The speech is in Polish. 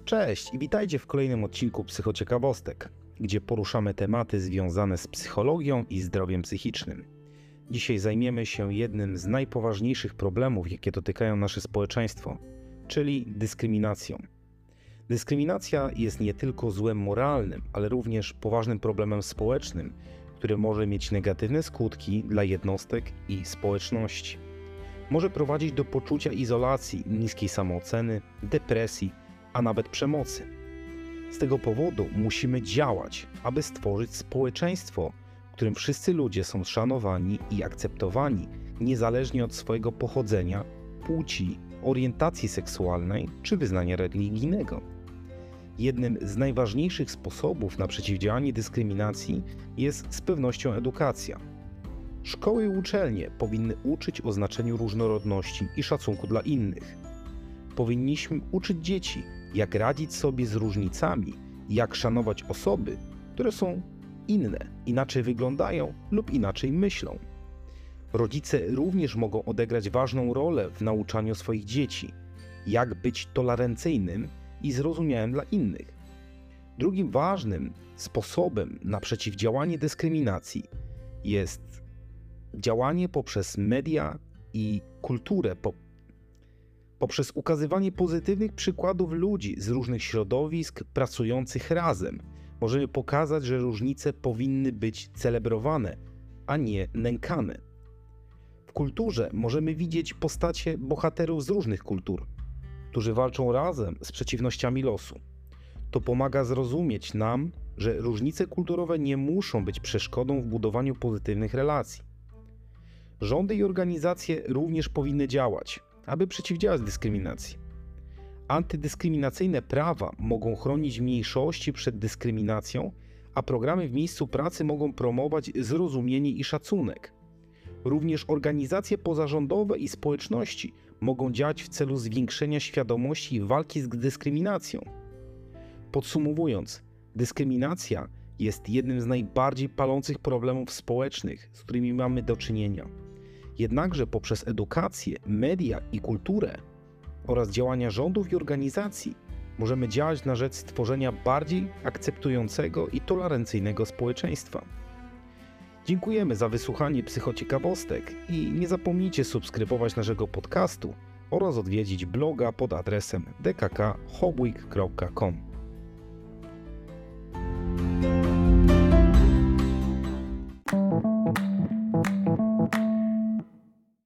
Cześć i witajcie w kolejnym odcinku Psychociekawostek, gdzie poruszamy tematy związane z psychologią i zdrowiem psychicznym. Dzisiaj zajmiemy się jednym z najpoważniejszych problemów, jakie dotykają nasze społeczeństwo, czyli dyskryminacją. Dyskryminacja jest nie tylko złem moralnym, ale również poważnym problemem społecznym, który może mieć negatywne skutki dla jednostek i społeczności. Może prowadzić do poczucia izolacji, niskiej samooceny, depresji, a nawet przemocy. Z tego powodu musimy działać, aby stworzyć społeczeństwo, w którym wszyscy ludzie są szanowani i akceptowani, niezależnie od swojego pochodzenia, płci, orientacji seksualnej czy wyznania religijnego. Jednym z najważniejszych sposobów na przeciwdziałanie dyskryminacji jest z pewnością edukacja. Szkoły i uczelnie powinny uczyć o znaczeniu różnorodności i szacunku dla innych. Powinniśmy uczyć dzieci, jak radzić sobie z różnicami, jak szanować osoby, które są inne, inaczej wyglądają lub inaczej myślą. Rodzice również mogą odegrać ważną rolę w nauczaniu swoich dzieci, jak być tolerancyjnym i zrozumiałym dla innych. Drugim ważnym sposobem na przeciwdziałanie dyskryminacji jest działanie poprzez media i kulturę, poprzez ukazywanie pozytywnych przykładów ludzi z różnych środowisk pracujących razem. Możemy pokazać, że różnice powinny być celebrowane, a nie nękane. W kulturze możemy widzieć postacie bohaterów z różnych kultur, którzy walczą razem z przeciwnościami losu. To pomaga zrozumieć nam, że różnice kulturowe nie muszą być przeszkodą w budowaniu pozytywnych relacji. Rządy i organizacje również powinny działać, aby przeciwdziałać dyskryminacji. Antydyskryminacyjne prawa mogą chronić mniejszości przed dyskryminacją, a programy w miejscu pracy mogą promować zrozumienie i szacunek. Również organizacje pozarządowe i społeczności mogą działać w celu zwiększenia świadomości i walki z dyskryminacją. Podsumowując, dyskryminacja jest jednym z najbardziej palących problemów społecznych, z którymi mamy do czynienia. Jednakże poprzez edukację, media i kulturę oraz działania rządów i organizacji możemy działać na rzecz stworzenia bardziej akceptującego i tolerancyjnego społeczeństwa. Dziękujemy za wysłuchanie Psychociekawostek i nie zapomnijcie subskrybować naszego podcastu oraz odwiedzić bloga pod adresem dkkhobuik.com.